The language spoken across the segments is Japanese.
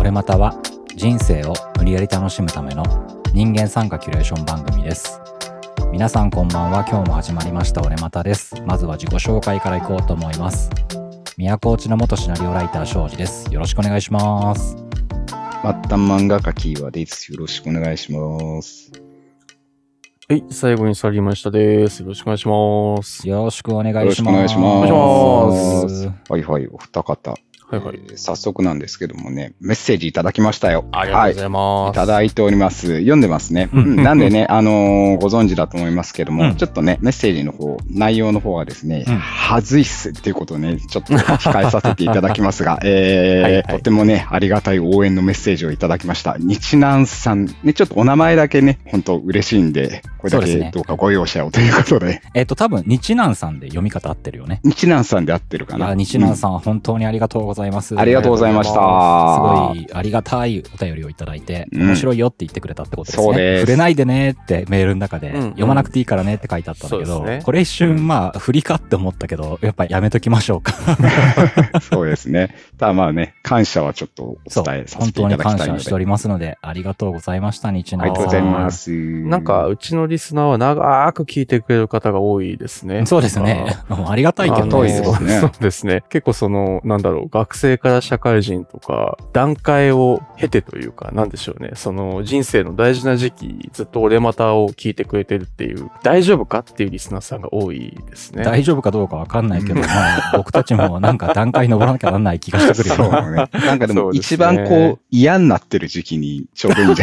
俺または人生を無理やり楽しむための人間参加キュレーション番組です。皆さんこんばんは。今日も始まりました俺またです。まずは自己紹介からいこうと思います。宮古内の元シナリオライター庄司です。よろしくお願いします。 末端漫画家キーワです。よろしくお願いします。 はい、最後にサリーマシタです。よろしくお願いします。 よろしくお願いします。 よろしくお願いします。 お願いします。 はいはい、お二方。 はいはい。 早速なんですけどもね、メッセージいただきましたよ。 ありがとうございます。 いただいております。読んでますね。なんでね、ご存知だと思いますけども、ちょっとね、メッセージの方、内容の方はですね、はずいっすっていうことをね、ちょっと控えさせていただきますが、とてもね、ありがたい応援のメッセージをいただきました。日南さん、ね、ちょっとお名前だけね、本当嬉しいんで、これだけどうかご容赦をということで。 多分、日南さんで読み方合ってるよね。 日南さんで合ってるかな。 いや、日南さん、本当にありがとうございます。 ありがとうございました。すごいありがたいお便りをいただいて、面白いよって言ってくれたってことですね。そうです。触れないでねってメールの中で、読まなくていいからねって書いてあったんだけど、これ一瞬まあ、振りかって思ったけど、やっぱやめときましょうか。 そうですね。ただまあね、感謝はちょっとお伝えさせていただきたいので。 本当に感謝しておりますので、ありがとうございました、日南さん。 ありがとうございます。 なんか、うちのリスナーは長く聞いてくれる方が多いですね。 そうですね。ありがたいけどね。 そうですね。結構学生から社会人とか、段階を経てというか、なんでしょうね。人生の大事な時期、ずっと俺またを聞いてくれてるっていう、大丈夫かっていうリスナーさんが多いですね。 大丈夫かどうかわかんないけど、まあ、僕たちもなんか段階登らなきゃならない気がしてくるよ。 そうね。なんかでも一番こう、嫌になってる時期にちょうどいいんじゃ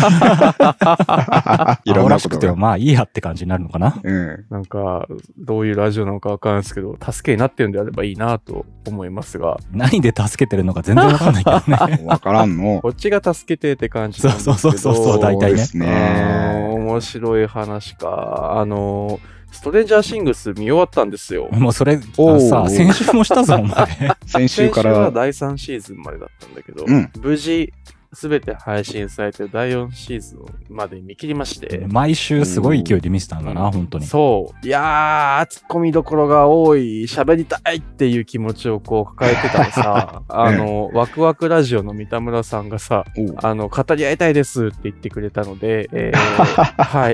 ないいろんなことが。 まあいいやって感じになるのかな。 なんか、どういうラジオなのかわかんないですけど、助けになってるんであればいいなと思いますが。 何で助けてるのか全然わかんないけどね。 わからんの。 こっちが助けてって感じなんですけど。 そう、大体ね。 ですね。 面白い話か。ストレンジャーシングス見終わったんですよ。 もうそれ、さ、先週もしたぞ、お前。 先週は第3シーズンまでだったんだけど、無事、すべて配信されてる第4シーズンまで見切りまして。 毎週すごい勢いで見せたんだな、本当に。 そう。いやー、ツッコミどころが多い、喋りたいっていう気持ちをこう抱えてたらさ、ワクワクラジオの三田村さんがさ、語り合いたいですって言ってくれたので、はい、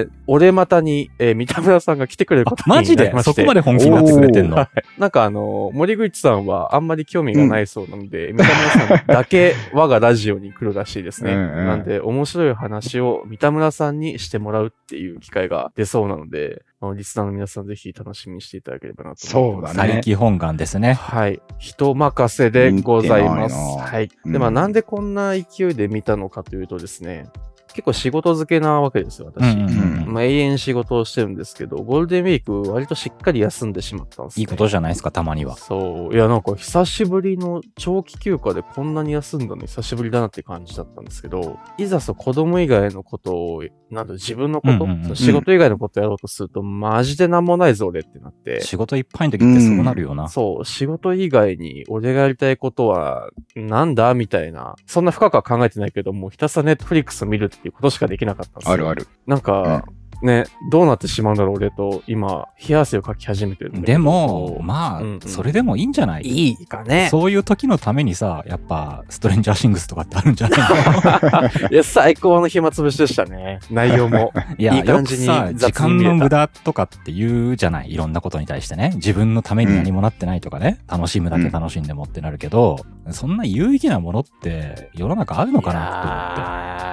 俺またに、三田村さんが来てくれることになりまして。 マジでそこまで本気になってくれてんの？ なんか森口さんはあんまり興味がないそうなので、三田村さんだけ我がラジオに来るらしいですね。なんで、面白い話を三田村さんにしてもらうっていう機会が出そうなので、リスナーの皆さんぜひ楽しみにしていただければなと思います。 そうだね。 他力本願ですね。 はい。人任せでございます。はい。で、なんでこんな勢いで見たのかというとですね、結構仕事漬けなわけですよ、私。永遠仕事をしてるんですけど、ゴールデンウィーク割としっかり休んでしまったんですね。 いいことじゃないですか、たまには。 そう。いや、なんか久しぶりの長期休暇でこんなに休んだの久しぶりだなって感じだったんですけど、いざ子供以外のことを、自分のこと、仕事以外のことやろうとすると、マジでなんもないぞ、俺ってなって。 仕事いっぱいの時ってそうなるよな。 そう。仕事以外に俺がやりたいことは、なんだみたいな。そんな深くは考えてないけど、もうひたすらネットフリックス見るっていうことしかできなかったんですよ。 あるある。 なんか、ね、どうなってしまうんだろう俺と今冷や汗をかき始めてるんだけど。 でもまあ、それでもいいんじゃない？ いいかね。 そういう時のためにさ、やっぱストレンジャーシングスとかってあるんじゃないの？ いや、最高の暇つぶしでしたね、内容も。 いや、いい感じにさ、時間の無駄とかって言うじゃない、いろんなことに対してね。自分のために何もなってないとかね、楽しむだけ楽しんでもってなるけど、そんな有意義なものって世の中あるのかなって思って。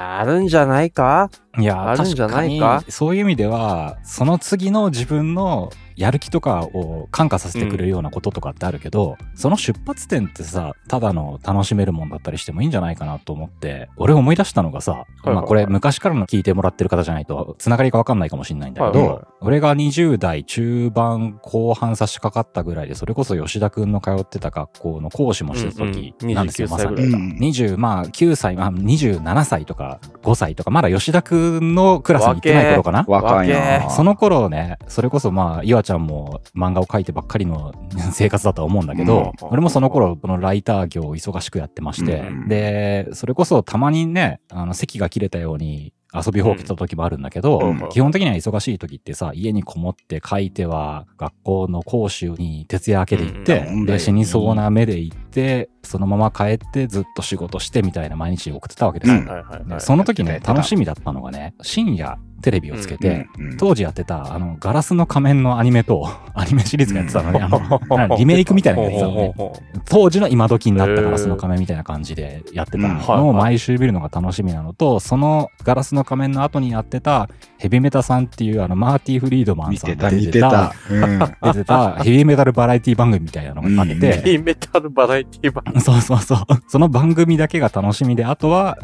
あるんじゃないか？ いや、 あるんじゃないか？ そういう意味では、その次の自分のやる気とかを感化させてくれるようなこととかってあるけど、その出発点ってさ、ただの楽しめるもんだったりしてもいいんじゃないかなと思って、俺思い出したのがさ、まあこれ昔からの聞いてもらってる方じゃないとつながりがわかんないかもしれないんだけど、俺が20代中盤後半差し掛かったぐらいで、それこそ吉田くんの通ってた学校の講師もしてた時なんですよ、まさに。9歳、27歳とか5歳とか、まだ吉田くんのクラスに行ってない頃かな。 若いな。 その頃ね、それこそ岩ちゃんも漫画を描いてばっかりの生活だとは思うんだけど、俺もその頃このライター業を忙しくやってまして、でそれこそたまにね、席が切れたように遊びほうけた時もあるんだけど、基本的には忙しい時ってさ、家にこもって書いては学校の講習に徹夜明けで行って、で死にそうな目で行って、そのまま帰ってずっと仕事してみたいな毎日を送ってたわけですよ。でその時ね、楽しみだったのがね、深夜テレビをつけて、当時やってたガラスの仮面のアニメとアニメシリーズがやってたのね、リメイクみたいなのがやってたのね。当時の今時になったガラスの仮面みたいな感じでやってたのを毎週見るのが楽しみなのと、そのガラスの仮面の後にやってたヘビメタさんっていうマーティ・フリードマンさんが出てたヘビメタルバラエティ番組みたいなのがあって、 ヘビメタルバラエティ番組、 そうその番組だけが楽しみで、あとは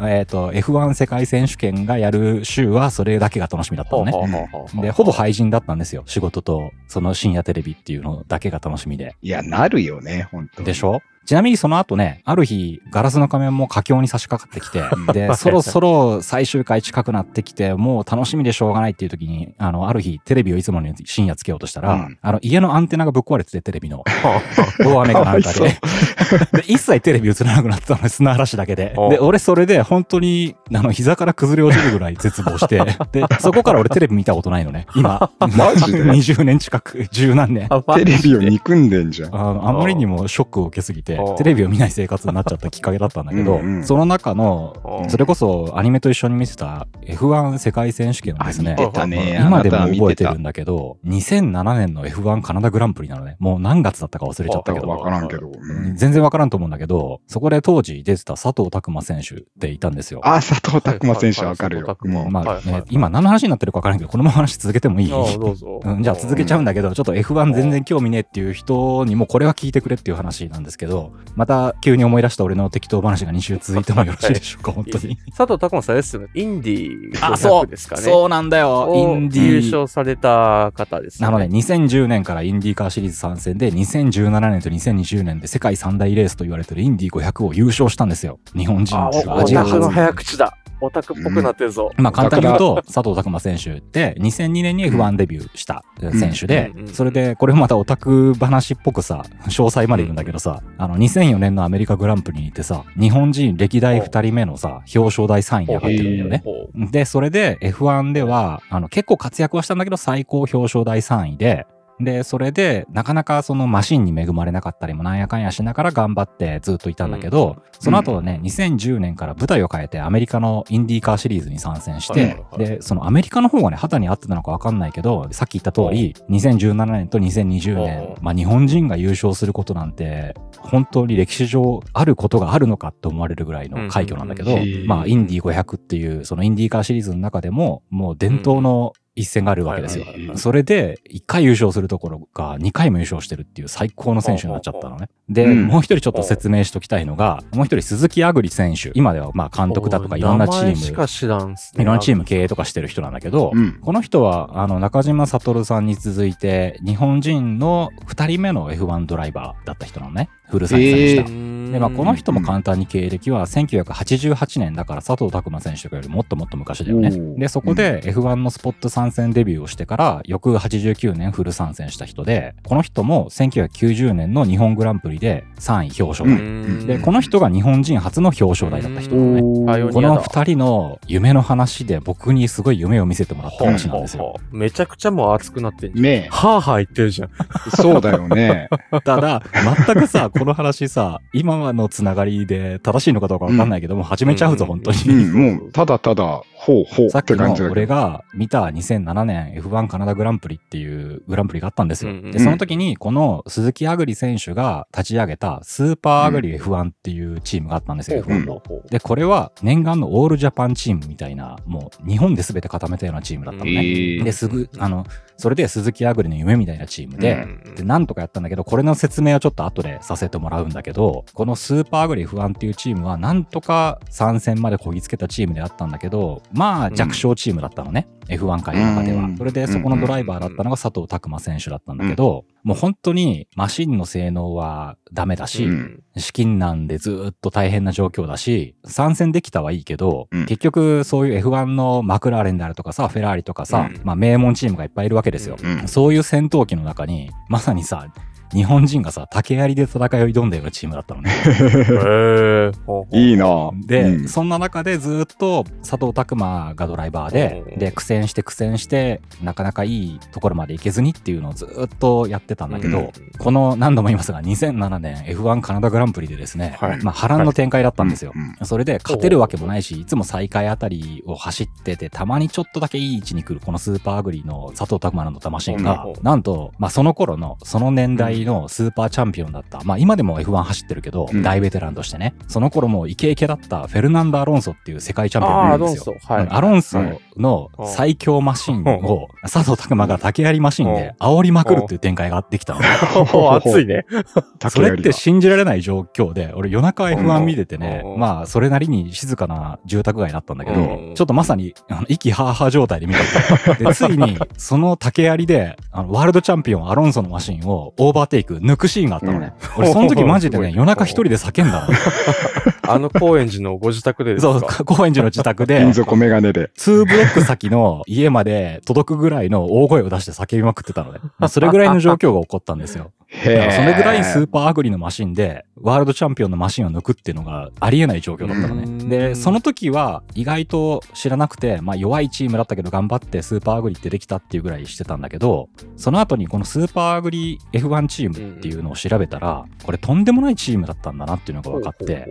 F1 世界選手権がやる週はそれだけが楽しみだったのね。でほぼ廃人だったんですよ、仕事とその深夜テレビっていうのだけが楽しみで。 いや、なるよね、本当でしょ。ちなみにその後ね、ある日ガラスの仮面も佳境に差し掛かってきて、でそろそろ最終回近くなってきて、もう楽しみでしょうがないっていう時に、ある日テレビをいつもの深夜つけようとしたら、家のアンテナがぶっ壊れてて、テレビの大雨かなんかで一切テレビ映らなくなってたの、砂嵐だけで。で俺それで本当に膝から崩れ落ちるぐらい絶望してでそこから俺テレビ見たことないのね、今。 マジで 20年近く、十何年テレビを憎んでんじゃん。 あまりにもショックを受けすぎてテレビを見ない生活になっちゃったきっかけだったんだけど、その中のそれこそアニメと一緒に見てた F1 世界選手権をですね、今でも覚えてるんだけど、2007年の F1 カナダグランプリなのね。もう何月だったか忘れちゃったけど、 分からんけど、 全然分からんと思うんだけど、そこで当時出てた佐藤拓磨選手っていたんですよ。 佐藤拓磨選手分かるよ。 今何の話になってるか分からんけど、このまま話続けてもいい？ どうぞ。 じゃあ続けちゃうんだけど、ちょっと F1 全然興味ねえっていう人にもこれは聞いてくれっていう話なんですけど、また急に思い出した俺の適当話が2週続いてもよろしいでしょうか。本当に佐藤拓磨さんですよね、インディ500ですかね。 そうなんだよ、インディ優勝された方ですね。 なので2010年からインディーカーシリーズ参戦で、2017年と2020年で世界三大レースと言われてるインディ500を優勝したんですよ、日本人。 アジア初の早口だ。オタクっぽくなってるぞ。 簡単に言うと、佐藤拓磨選手って2002年に F1 デビューした選手で、それで、これもまたオタク話っぽくさ、詳細まで言うんだけどさ、2004年のアメリカグランプリに行ってさ、日本人歴代2人目のさ、表彰台3位に上がってるんだよね。で、それで F1 では、結構活躍はしたんだけど、最高表彰台3位で、それで、なかなかそのマシンに恵まれなかったりもなんやかんやしながら頑張ってずっといたんだけど、その後ね、2010年から舞台を変えてアメリカのインディーカーシリーズに参戦して、で、そのアメリカの方がね、肌に合ってたのかわかんないけど、さっき言った通り、2017年と2020年、日本人が優勝することなんて、本当に歴史上あることがあるのかって思われるぐらいの快挙なんだけど、インディー500っていう、そのインディーカーシリーズの中でも、もう伝統の一戦があるわけですよ。それで1回優勝するところが2回も優勝してるっていう最高の選手になっちゃったのね。で、もう一人ちょっと説明しときたいのが、もう一人鈴木亜久里選手。今では監督だとかいろんなチーム、いろんなチーム経営とかしてる人なんだけど、この人は中島悟さんに続いて日本人の2人目の F1 ドライバーだった人なのね。フルサイズでした。で、この人も簡単に経歴は1988年だから佐藤拓磨選手とかよりもっともっと昔だよね。で、そこで F1 のスポット参戦デビューをしてから翌89年フル参戦した人で、この人も1990年の日本グランプリで3位表彰台。で、この人が日本人初の表彰台だった人なのね。この2人の夢の話で僕にすごい夢を見せてもらった話なんですよ。 めちゃくちゃもう熱くなってんじゃん。 ねえ。 はぁはぁ言ってるじゃん。 そうだよね。 ただ、全くさ、この話さ、今のつながりで正しいのかどうかわかんないけども、始めちゃうぞ、本当に。 もう、ただただ、ほうほうさっきの俺が見た2007年 F1 カナダグランプリっていうグランプリがあったんですよ。で、その時にこの鈴木亜久里選手が立ち上げたスーパー亜久里 F1 っていうチームがあったんですよ、F1 の。で、これは念願のオールジャパンチームみたいな、もう日本で全て固めたようなチームだったのね。で、それで鈴木亜久里の夢みたいなチームで、なんとかやったんだけど、これの説明はちょっと後でさせてもらうんだけど、このスーパー亜久里 F1 っていうチームはなんとか参戦までこぎつけたチームであったんだけど、弱小チームだったのね、F1 界の中では。それでそこのドライバーだったのが佐藤拓磨選手だったんだけど、もう本当にマシンの性能はダメだし、資金難でずっと大変な状況だし、参戦できたはいいけど、結局そういう F1 のマクラーレンであるとかさ、フェラーリとかさ、名門チームがいっぱいいるわけですよ。そういう戦闘機の中に、まさにさ、 日本人がさ、竹槍で戦いを挑んだようなチームだったのね。 いいな。 で、そんな中でずっと佐藤拓磨がドライバーで、苦戦して、なかなかいいところまで行けずにっていうのをずっとやってたんだけど、この何度も言いますが、2007年 F1 カナダグランプリでですね、波乱の展開だったんですよ。それで勝てるわけもないし、いつも最下位あたりを走ってて、たまにちょっとだけいい位置に来るこのスーパーアグリの佐藤拓磨の乗ったマシンが、なんと、その頃の、その年代のスーパーチャンピオンだった、今でも F1 走ってるけど、大ベテランとしてね、その頃もイケイケだったフェルナンド・アロンソっていう世界チャンピオンがいるんですよ。アロンソの最強マシンを佐藤拓磨が竹槍マシンで煽りまくるっていう展開ができたの。 熱いね。 それって信じられない状況で、俺夜中 F1 見ててね、それなりに静かな住宅街だったんだけど、ちょっとまさに息ハーハー状態で見てて、でついにその竹槍でワールドチャンピオンアロンソのマシンをオーバーテイク抜くシーンがあったのね。俺その時マジでね、夜中一人で叫んだの。 高円寺のご自宅でですか？ そう、高円寺の自宅で、 金属メガネで。 2ブロック先の家まで届くぐらいの大声を出して叫びまくってたのね。それぐらいの状況が起こったんですよ。それぐらいスーパーアグリのマシンで、ワールドチャンピオンのマシンを抜くっていうのがありえない状況だったのね。で、その時は意外と知らなくて、弱いチームだったけど頑張ってスーパーアグリってできたっていうぐらいしてたんだけど、その後にこのスーパーアグリ F1 チームっていうのを調べたら、これとんでもないチームだったんだなっていうのが分かって、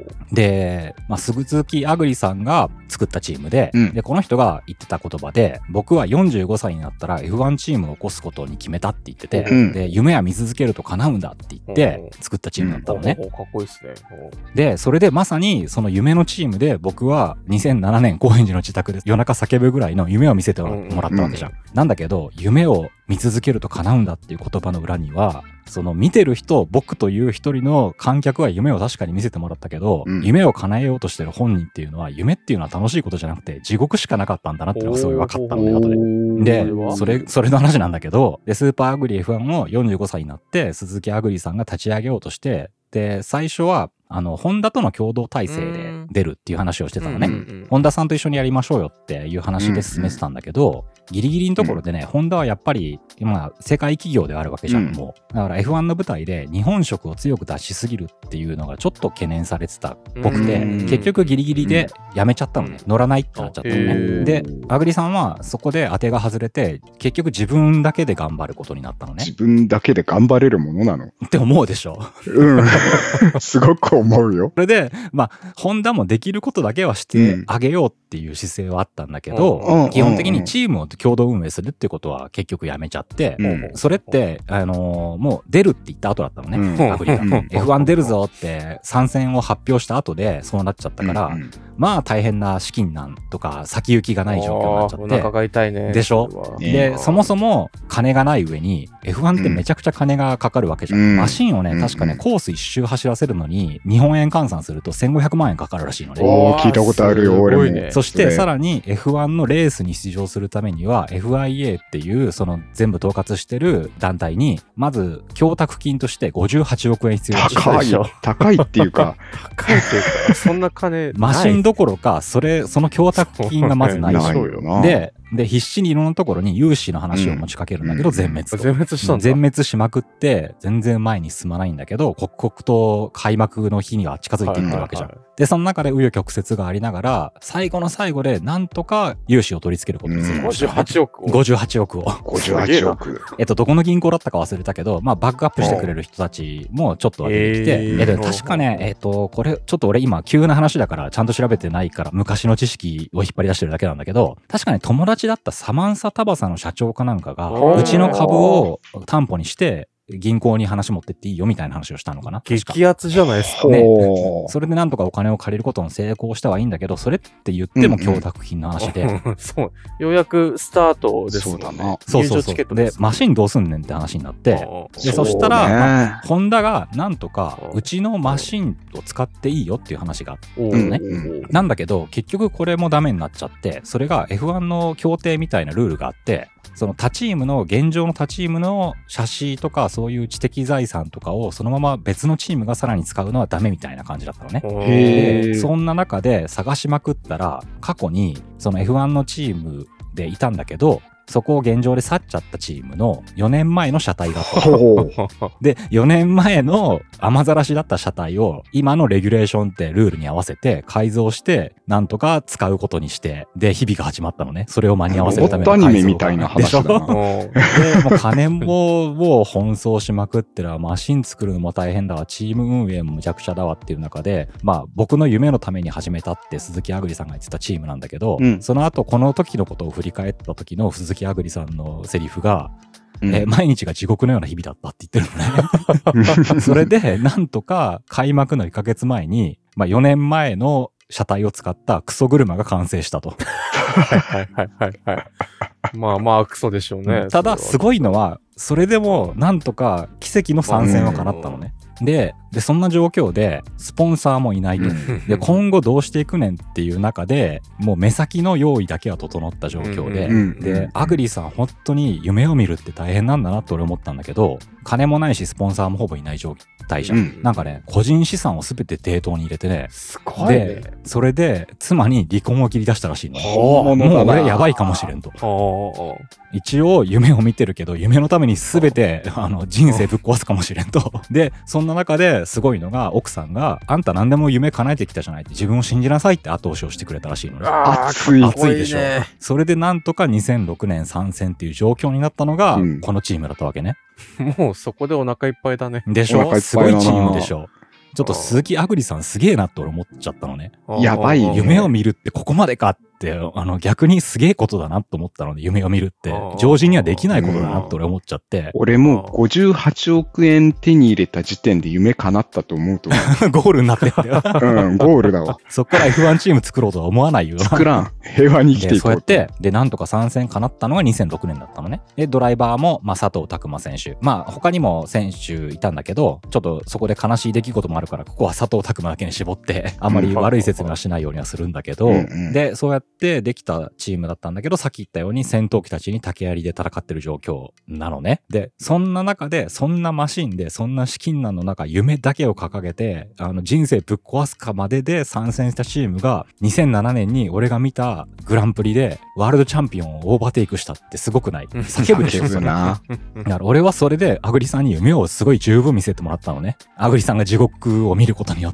で、鈴木アグリさんが作ったチームで、で、この人が言ってた言葉で、僕は45歳になったら F1 チームを起こすことに決めたって言ってて、で、夢は見続けると叶うんだって言って作ったチームだったのね。 かっこいいですね。 で、それでまさにその夢のチームで僕は2007年高円寺の自宅で夜中叫ぶぐらいの夢を見せてもらったわけじゃん。なんだけど、夢を見続けると叶うんだっていう言葉の裏には、その見てる人、僕という一人の観客は夢を確かに見せてもらったけど、夢を叶えようとしてる本人っていうのは、夢っていうのは楽しいことじゃなくて地獄しかなかったんだなっていうのがすごい分かったので、後で。で、それの話なんだけど、で、スーパーアグリ F1 を45歳になって、鈴木アグリさんが立ち上げようとして、で、最初は、ホンダとの共同体制で出るっていう話をしてたのね。ホンダさんと一緒にやりましょうよっていう話で進めてたんだけど、ギリギリのところでね、ホンダはやっぱり、世界企業ではあるわけじゃん、もう。だから F1 の舞台で日本色を強く出しすぎるっていうのがちょっと懸念されてたっぽくて、結局ギリギリでやめちゃったのね。乗らないってなっちゃったのね。で、アグリさんはそこで当てが外れて、結局自分だけで頑張ることになったのね。 自分だけで頑張れるものなのって思うでしょ。 すごく思うよ。 それで、ホンダもできることだけはしてあげようっていう姿勢はあったんだけど、基本的にチームを共同運営するってことは結局やめちゃって、それって、もう出るって言った後だったのね、アグリが。F1 出るぞって参戦を発表した後でそうなっちゃったから、大変な資金難とか先行きがない状況になっちゃって。 お腹が痛いね。 でしょ？で、そもそも金がない上に、F1 ってめちゃくちゃ金がかかるわけじゃん。マシンをね、確かね、コース一周走らせるのに、日本円換算すると1500万円かかるらしいのね。 聞いたことあるよ、俺も。 そしてさらに F1 のレースに出場するためには FIA っていうその全部統括してる団体にまず供託金として58億円必要らしい。 高いっていうか高いっていうかそんな金マシンどころかその供託金がまずないしで必死にいろんなところに融資の話を持ちかけるんだけど全滅と。 全滅したんだ。 全滅しまくって全然前に進まないんだけど刻々と開幕の日には近づいていってるわけじゃん。でその中で紆余曲折がありながら最後の最後でなんとか融資を取り付けることにする。 58億を。 58億を。 58億。 どこの銀行だったか忘れたけど、バックアップしてくれる人たちもちょっと出てきて、で確かね、これちょっと俺今急な話だからちゃんと調べてないから昔の知識を引っ張り出してるだけなんだけど、確かね友達だったサマンサタバサの社長かなんかがうちの株を担保にして銀行に話持ってっていいよみたいな話をしたのかな。 激アツじゃないですか。 ね。それでなんとかお金を借りることに成功したはいいんだけど、それって言っても供託金の話で。 そう。ようやくスタートですもんね。 そう。で、マシンどうすんねんって話になって、で、そしたら、ホンダがなんとか、うちのマシンを使っていいよっていう話があったのね。なんだけど、結局これもダメになっちゃって、それが F1 の協定みたいなルールがあって、その他チームの現状の他チームのシャシーとかそういう知的財産とかをそのまま別のチームがさらに使うのはダメみたいな感じだったのね。でそんな中で探しまくったら過去にその F1 のチームでいたんだけどそこを現状で去っちゃったチームの4年前の車体だったで、4年前の雨ざらしだった車体を今のレギュレーションってルールに合わせて改造してなんとか使うことにして、で日々が始まったのね。それを間に合わせるための改造アニメみたいな話だな。 で、もう金も奔走しまくってるわ、マシン作るのも大変だわ、チーム運営もむちゃくちゃだわっていう中で、まあ僕の夢のために始めたって鈴木あぐりさんが言ってたチームなんだけど、その後この時のことを振り返った時の鈴木あぐりさんのセリフが、毎日が地獄のような日々だったって言ってるのね。それでなんとか開幕の1ヶ月前に、まあ4年前の車体を使ったクソ車が完成したと。 はいはいはいはい。まあまあクソでしょうね。 ただすごいのは、それでもなんとか奇跡の参戦は叶ったのね。で、そんな状況でスポンサーもいないと。で、今後どうしていくねんっていう中で、もう目先の用意だけは整った状況で、で、アグリさん本当に夢を見るって大変なんだなって俺思ったんだけど、金もないしスポンサーもほぼいない状態じゃん。なんかね、個人資産を全て抵当に入れてね、 すごいね。 で、それで妻に離婚を切り出したらしいの。 もう俺やばいかもしれんと。一応夢を見てるけど、夢のために全て人生ぶっ壊すかもしれんと。で、そんな中ですごいのが、奥さんがあんた何でも夢叶えてきたじゃないって、自分を信じなさいって後押しをしてくれたらしいのね。 熱いでしょ。それでなんとか2006年参戦っていう状況になったのが、このチームだったわけね。 もうそこでお腹いっぱいだね。 でしょ。すごいチームでしょ。ちょっと鈴木あぐりさんすげえなって俺思っちゃったのね。 やばいね。 夢を見るってここまでかって、逆にすげえことだなと思ったので、夢を見るって、常人にはできないことだなって俺思っちゃって。 俺も58億円手に入れた時点で夢叶ったと思うと思う。ゴールになってんだよ。 ゴールだわ。 そっから F1 チーム作ろうとは思わないよ。 作らん。平和に生きていこう。 そうやって、で、なんとか参戦叶ったのが2006年だったのね。で、ドライバーも、まあ、佐藤拓磨選手。まあ、他にも選手いたんだけど、ちょっとそこで悲しい出来事もあるから、ここは佐藤拓磨だけに絞って、あんまり悪い説明はしないようにはするんだけど、で、そうやってできたチームだったんだけど、さっき言ったように戦闘機たちに竹槍で戦ってる状況なのね。で、そんな中で、そんなマシンで、そんな資金難の中、夢だけを掲げて、人生ぶっ壊すかまでで参戦したチームが、2007年に俺が見たグランプリで、ワールドチャンピオンをオーバーテイクしたってすごくない？叫ぶでしょ、それ。だから俺はそれで、アグリさんに夢をすごい十分見せてもらったのね。アグリさんが地獄を見ることによって。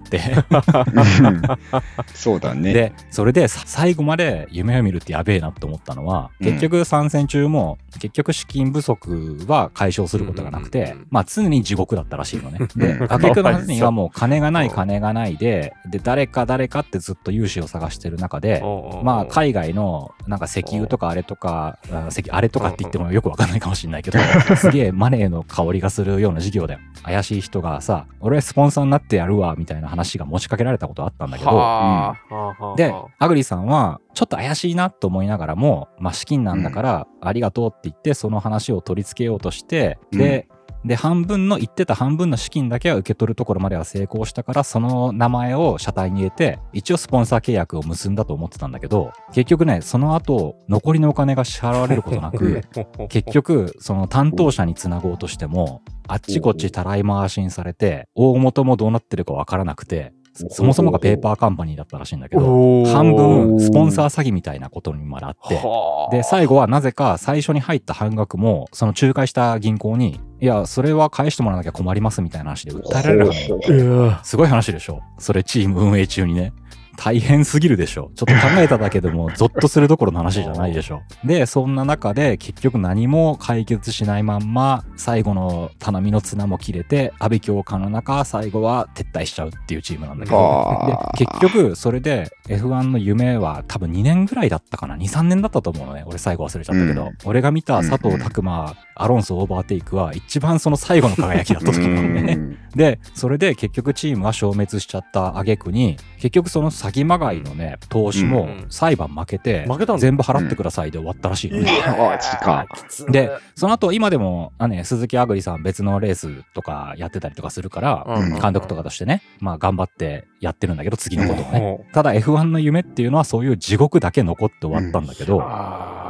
そうだね。 で、それで最後まで夢を見るってやべえなと思ったのは、結局参戦中も、結局資金不足は解消することがなくて、まあ常に地獄だったらしいのね。で、挙句の話にはもう金がないで、誰かってずっと融資を探してる中で、まあ海外のなんか石油とかあれとかって言ってもよくわかんないかもしれないけど、すげえマネーの香りがするような事業だよ。怪しい人がさ、俺スポンサーになってやるわみたいな話が持ちかけられたことあったんだけど、で、アグリさんはちょっと怪しいなと思いながらも、まあ資金なんだからありがとうって言ってその話を取り付けようとして、で、言ってた半分の資金だけは受け取るところまでは成功したから、その名前を車体に入れて、一応スポンサー契約を結んだと思ってたんだけど、結局ね、その後、残りのお金が支払われることなく、結局、その担当者につなごうとしても、あっちこっちたらい回しにされて、大元もどうなってるかわからなくて、そもそもがペーパーカンパニーだったらしいんだけど、半分スポンサー詐欺みたいなことにもなって、で、最後はなぜか最初に入った半額も、その仲介した銀行に、いや、それは返してもらわなきゃ困りますみたいな話で訴えられる話。すごい話でしょ。それチーム運営中にね。大変すぎるでしょ。ちょっと考えただけでもゾッとするどころの話じゃないでしょ。で、そんな中で結局何も解決しないまんま、最後の頼みの綱も切れて、阿部教官の中、最後は撤退しちゃうっていうチームなんだけど、で、結局それで F1 の夢は多分2年ぐらいだったかな。2、3年だったと思うのね。俺最後忘れちゃったけど、俺が見た佐藤拓磨、アロンソオーバーテイクは一番その最後の輝きだった時なのね。で、それで結局チームは消滅しちゃった挙句に、結局その詐欺まがいのね、投資も裁判負けて、全部払ってくださいで終わったらしいのね。で、その後今でも、鈴木あぐりさん別のレースとかやってたりとかするから、監督とかとしてね、まあ頑張ってやってるんだけど、次のことをね。ただ F1 の夢っていうのはそういう地獄だけ残って終わったんだけど、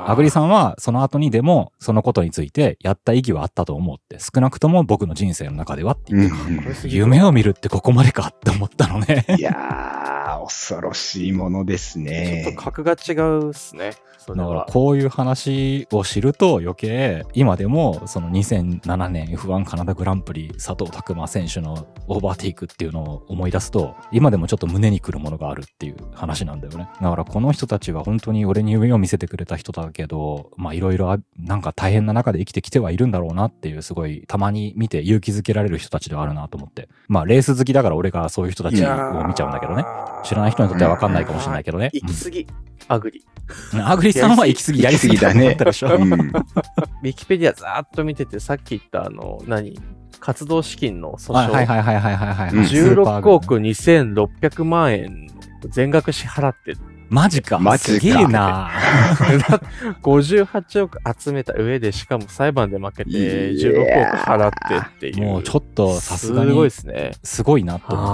アグリさんはその後にでもそのことについてやった意義はあったと思うって、少なくとも僕の人生の中ではって言って、夢を見るってここまでかって思ったのね。 いやー、恐ろしいものですね。 ちょっと格が違うっすね。 だからこういう話を知ると余計今でもその2007年 F1 カナダグランプリ佐藤拓磨選手のオーバーテイクっていうのを思い出すと今でもちょっと胸にくるものがあるっていう話なんだよね。だからこの人たちは本当に俺に夢を見せてくれた人だけど、まあいろいろなんか大変な中で生きてきてはいるんだろうなっていう、すごいたまに見て勇気づけられる人たちではあるなと思って。まあレース好きだから俺がそういう人たちを見ちゃうんだけどね。知らない人にとっては分かんないかもしれないけどね。 行き過ぎ、アグリ。 アグリさんは行き過ぎ、やりすぎだね。 ウィキペディアざーっと見てて、さっき言った活動資金の訴訟。16億2600万円全額支払ってる。 マジか。すげえな。 58億集めた上で、しかも裁判で負けて16億払ってっていう。 もうちょっとさすがに。 すごいですね。 すごいなと思った。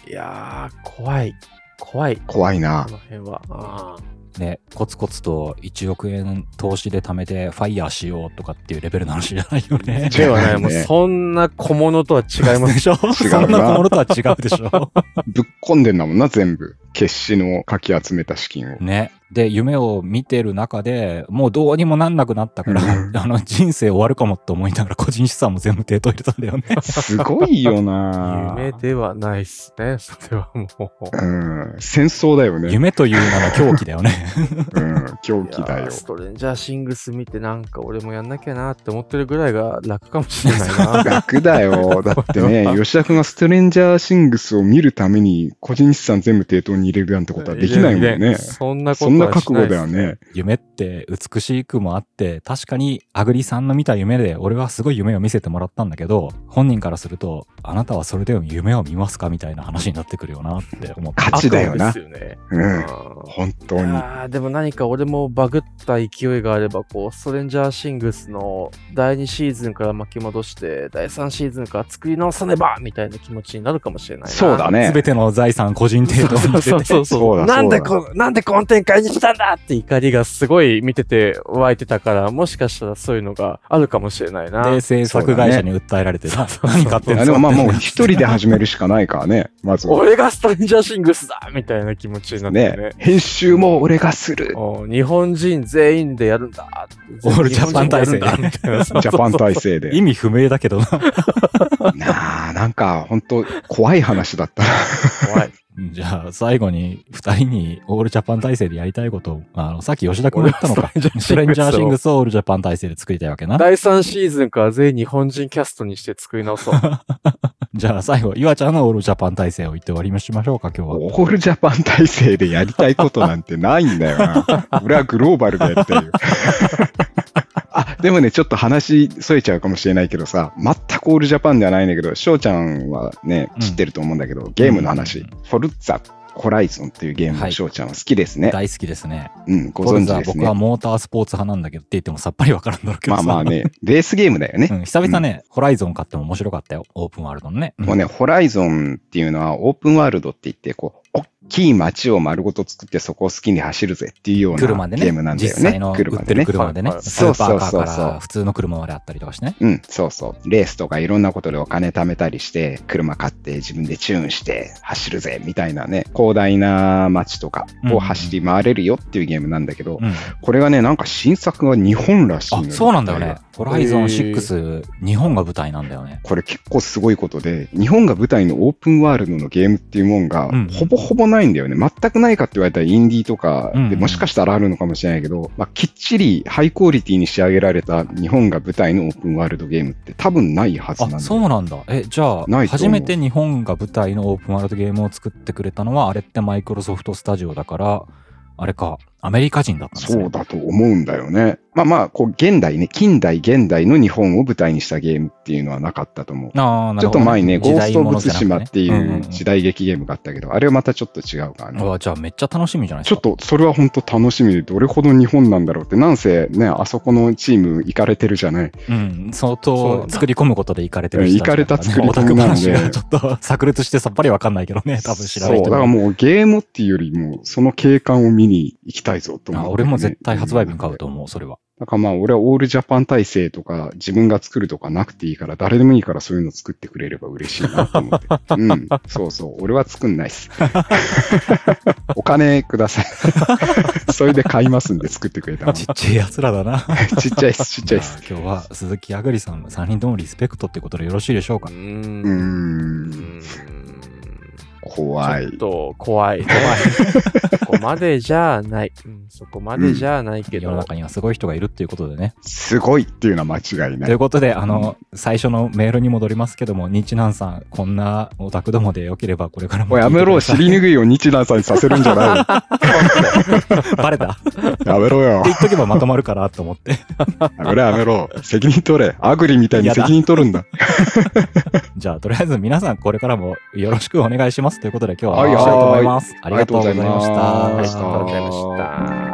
いやー、怖い。 怖いな。 この辺は。 ね、コツコツと1億円投資で貯めてファイヤーしようとかっていうレベルの話じゃないよね。 ではない、もうそんな小物とは違いますでしょ。そんな小物とは違うでしょ。 ぶっ込んでんだもんな、全部。決死のかき集めた資金を。 ね。で、夢を見てる中で、もうどうにもなんなくなったから、人生終わるかもって思いながら個人資産も全部手と入れたんだよね。 すごいよな。 夢ではないっすね、それはもう。戦争だよね。 夢という名の狂気だよね。 狂気だよ。 ストレンジャーシングス見てなんか俺もやんなきゃなって思ってるぐらいが楽かもしれないな。 楽だよ。だってね、吉田くんがストレンジャーシングスを見るために個人資産全部抵当に入れるなんてことはできないもんね。 そんなことはしない。 覚悟だよね。 夢って美しくもあって、確かにアグリさんの見た夢で俺はすごい夢を見せてもらったんだけど、本人からするとあなたはそれでも夢を見ますかみたいな話になってくるよなって思って。 価値だよな。 ですよね。 本当に。 でも何か俺もバグった勢いがあれば、ストレンジャーシングスの第2シーズンから巻き戻して第3シーズンから作り直さねばみたいな気持ちになるかもしれないな。 そうだね。 すべての財産個人程度にしてて。 そう。なんでこの展開にしたんだって怒りがすごい見てて湧いてたから、もしかしたらそういうのがあるかもしれないな。 で、制作会社に訴えられてさ、何買ってんの。 でももう一人で始めるしかないからね、まず。 俺がストレンジャーシングスだみたいな気持ちになってね。 編集も俺がする。 日本人全員でやるんだ。 オールジャパン体制。 ジャパン体制で。 意味不明だけどな。なんか本当怖い話だった。 怖い。 じゃあ最後に2人にオールジャパン体制でやりたいことを、さっき吉田君が言ったのか。ストレンジャーシングスをオールジャパン体制で作りたいわけな。 第3シーズンから全員日本人キャストにして作り直そう。 じゃあ最後、岩ちゃんのオールジャパン体制を言って終わりにしましょうか、今日は。 オールジャパン体制でやりたいことなんてないんだよな。俺はグローバルでやりたいよ。でもね、ちょっと話添えちゃうかもしれないけどさ、全くオールジャパンではないんだけど、翔ちゃんはね、知ってると思うんだけど、ゲームの話、フォルッツァホライゾンっていうゲームの翔ちゃんは好きですね。 大好きですね。 ご存知ですね。 僕はモータースポーツ派なんだけどって言ってもさっぱりわからんだろうけどさ。 まあね、レースゲームだよね。 久々ね、ホライゾン買っても面白かったよ。オープンワールドのね。 もうね、ホライゾンっていうのはオープンワールドって言って、大きい街を丸ごと作ってそこを好きに走るぜっていうようなゲームなんだよね。 実際の売ってる車でね。スーパーカーから普通の車まであったりとかしてね。 そうそう。レースとかいろんなことでお金貯めたりして、車買って自分でチューンして走るぜみたいなね、広大な街とかを走り回れるよっていうゲームなんだけど、これがね、なんか新作が日本らしいのよ。 そうなんだよね。ホライゾン6、日本が舞台なんだよね。 これ結構すごいことで、日本が舞台のオープンワールドのゲームっていうもんが、ほぼほぼないんだよね。全くないかって言われたらインディーとかでもしかしたらあるのかもしれないけど、きっちりハイクオリティに仕上げられた日本が舞台のオープンワールドゲームって多分ないはずなんだよ。 そうなんだ。じゃあ、初めて日本が舞台のオープンワールドゲームを作ってくれたのは、あれってマイクロソフトスタジオだから、あれか、アメリカ人だったんですね。 そうだと思うんだよね。現代ね、近代現代の日本を舞台にしたゲームっていうのはなかったと思う。ちょっと前にね、ゴースト・オブ・ツシマっていう時代劇ゲームがあったけど、あれはまたちょっと違うからね。 じゃあめっちゃ楽しみじゃないですか。 ちょっと、それは本当楽しみで、どれほど日本なんだろうって、なんせね、あそこのチーム行かれてるじゃない。 相当作り込むことで行かれてる人たち、行かれた作り込みなんで。 ちょっと炸裂してさっぱりわかんないけどね、多分知らない人。 そう、だからもうゲームっていうよりも、その景観を見に行きたたいぞと思って、ね。 俺も絶対発売日に買うと思う、それは。 だからまあ俺はオールジャパン体制とか自分が作るとかなくていいから誰でもいいからそういうの作ってくれれば嬉しいなと思って。うん。そうそう。俺は作んないっす。お金ください。それで買いますんで作ってくれたら。 ちっちゃい奴らだな。 ちっちゃいっす、ちっちゃいっす。 今日は鈴木あぐりさん3人ともリスペクトってことでよろしいでしょうか。 怖い。 ちょっと怖い。そこまでじゃない。そこまでじゃないけど。 世の中にはすごい人がいるっていうことでね。 すごいっていうのは間違いない。 ということで、最初のメールに戻りますけども、日南さん、こんなオタクどもでよければこれからも。 やめろ、尻拭いを日南さんにさせるんじゃないよ。 バレた。 やめろよ。 って言っとけばまとまるからと思って。 やめろ。責任取れ。アグリみたいに責任取るんだ。 じゃあ、とりあえず皆さんこれからもよろしくお願いしますということで今日は終わりたいと思います。ありがとうございました。 ありがとうございました。